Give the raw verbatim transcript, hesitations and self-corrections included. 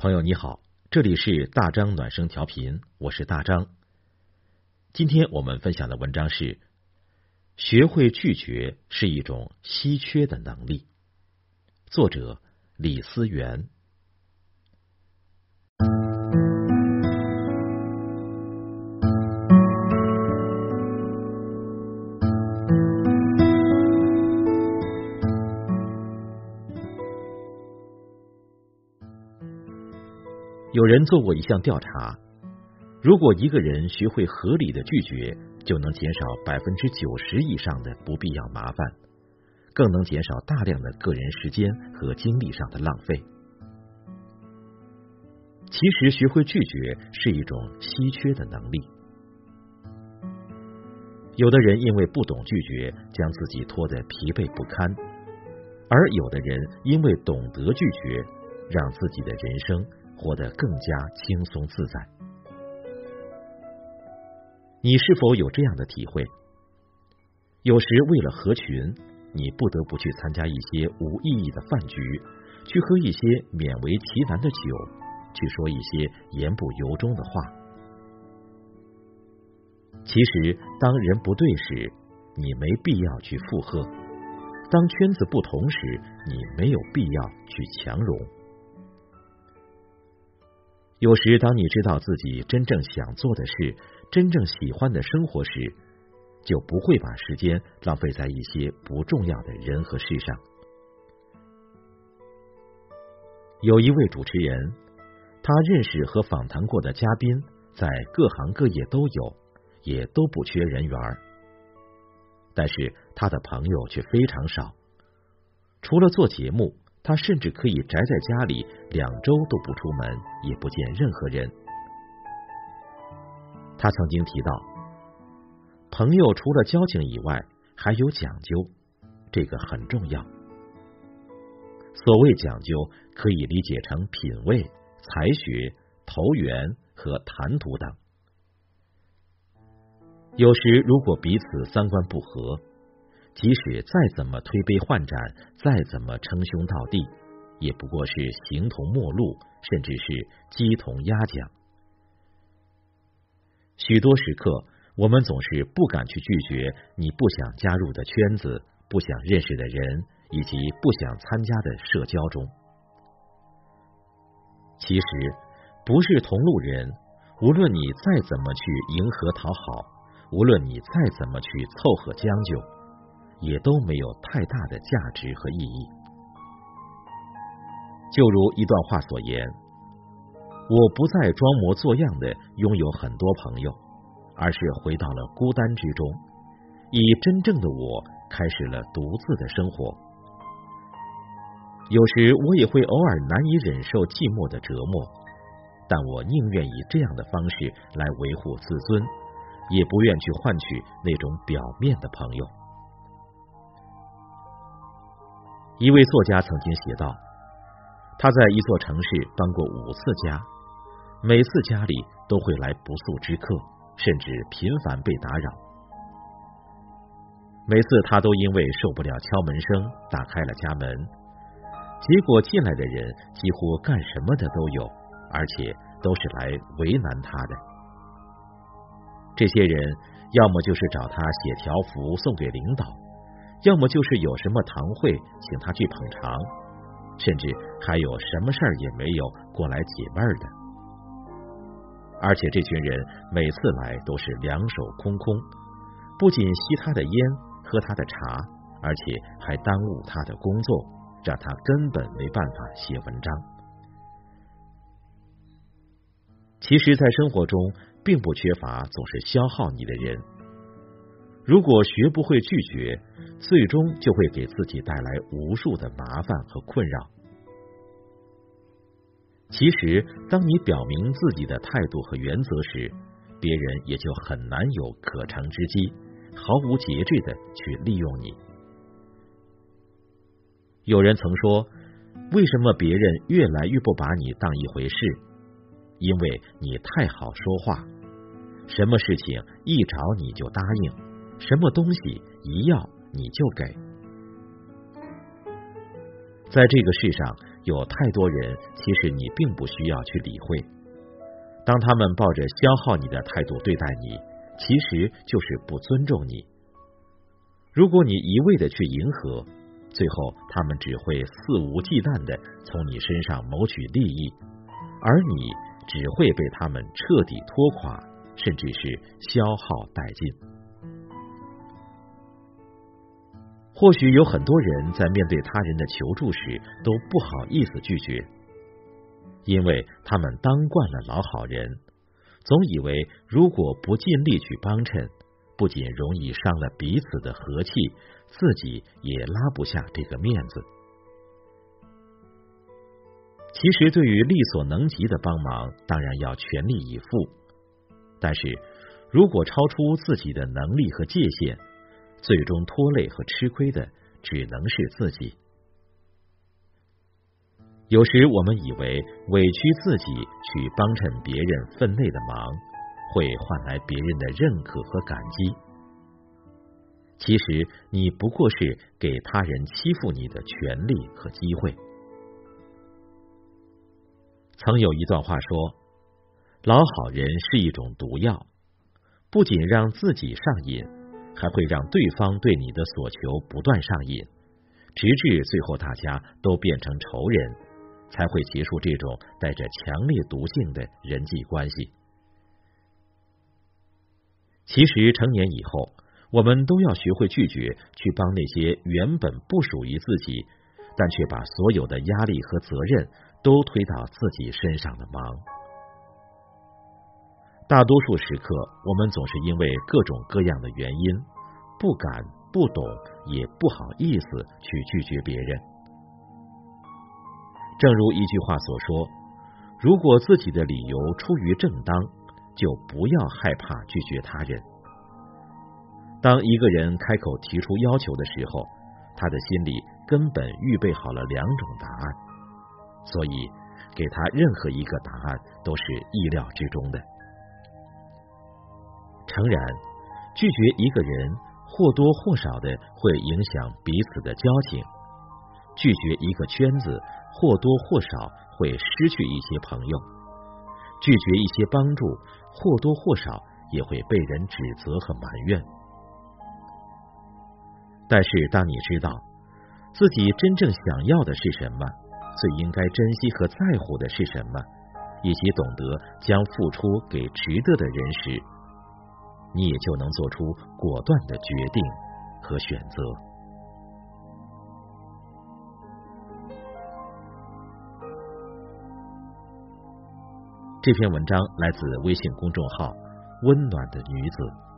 朋友你好，这里是大张暖声调频，我是大张。今天我们分享的文章是学会拒绝是一种稀缺的能力，作者李思源。有人做过一项调查，如果一个人学会合理的拒绝，就能减少百分之九十以上的不必要麻烦，更能减少大量的个人时间和精力上的浪费。其实学会拒绝是一种稀缺的能力。有的人因为不懂拒绝，将自己拖得疲惫不堪，而有的人因为懂得拒绝，让自己的人生活得更加轻松自在。你是否有这样的体会？有时为了合群，你不得不去参加一些无意义的饭局，去喝一些勉为其难的酒，去说一些言不由衷的话。其实当人不对时，你没必要去附和；当圈子不同时，你没有必要去强融。有时当你知道自己真正想做的事，真正喜欢的生活时，就不会把时间浪费在一些不重要的人和事上。有一位主持人，他认识和访谈过的嘉宾在各行各业都有，也都不缺人缘，但是他的朋友却非常少。除了做节目，他甚至可以宅在家里两周都不出门，也不见任何人。他曾经提到，朋友除了交情以外，还有讲究，这个很重要。所谓讲究，可以理解成品味、才学、投缘和谈吐等。有时如果彼此三观不合，即使再怎么推杯换盏，再怎么称兄道弟，也不过是形同陌路，甚至是鸡同鸭讲。许多时刻，我们总是不敢去拒绝你不想加入的圈子、不想认识的人，以及不想参加的社交中。其实，不是同路人，无论你再怎么去迎合讨好，无论你再怎么去凑合将就，也都没有太大的价值和意义。就如一段话所言，我不再装模作样的拥有很多朋友，而是回到了孤单之中，以真正的我开始了独自的生活。有时我也会偶尔难以忍受寂寞的折磨，但我宁愿以这样的方式来维护自尊，也不愿去换取那种表面的朋友。一位作家曾经写道，他在一座城市搬过五次家，每次家里都会来不速之客，甚至频繁被打扰。每次他都因为受不了敲门声，打开了家门，结果进来的人几乎干什么的都有，而且都是来为难他的。这些人要么就是找他写条幅送给领导，要么就是有什么堂会请他去捧场，甚至还有什么事儿也没有过来解闷儿的。而且这群人每次来都是两手空空，不仅吸他的烟喝他的茶，而且还耽误他的工作，让他根本没办法写文章。其实在生活中并不缺乏总是消耗你的人，如果学不会拒绝，最终就会给自己带来无数的麻烦和困扰。其实当你表明自己的态度和原则时，别人也就很难有可乘之机，毫无节制的去利用你。有人曾说，为什么别人越来越不把你当一回事？因为你太好说话，什么事情一找你就答应，什么东西一要你就给。在这个世上， 有太多人其实你并不需要去理会。当他们抱着消耗你的态度对待你，其实就是不尊重你。如果你一味的去迎合，最后他们只会肆无忌惮的从你身上谋取利益，而你只会被他们彻底拖垮，甚至是消耗殆尽。或许有很多人在面对他人的求助时都不好意思拒绝，因为他们当惯了老好人，总以为如果不尽力去帮衬，不仅容易伤了彼此的和气，自己也拉不下这个面子。其实对于力所能及的帮忙，当然要全力以赴，但是如果超出自己的能力和界限，最终拖累和吃亏的只能是自己。有时我们以为委屈自己去帮衬别人分内的忙，会换来别人的认可和感激。其实你不过是给他人欺负你的权利和机会。曾有一段话说，老好人是一种毒药，不仅让自己上瘾，还会让对方对你的所求不断上瘾，直至最后大家都变成仇人，才会结束这种带着强烈毒性的人际关系。其实成年以后，我们都要学会拒绝去帮那些原本不属于自己，但却把所有的压力和责任都推到自己身上的忙。大多数时刻，我们总是因为各种各样的原因，不敢、不懂，也不好意思去拒绝别人。正如一句话所说，如果自己的理由出于正当，就不要害怕拒绝他人。当一个人开口提出要求的时候，他的心里根本预备好了两种答案，所以给他任何一个答案都是意料之中的。诚然，拒绝一个人或多或少的会影响彼此的交情，拒绝一个圈子或多或少会失去一些朋友，拒绝一些帮助或多或少也会被人指责和埋怨。但是当你知道自己真正想要的是什么，最应该珍惜和在乎的是什么，以及懂得将付出给值得的人时，你也就能做出果断的决定和选择。这篇文章来自微信公众号温暖的女子。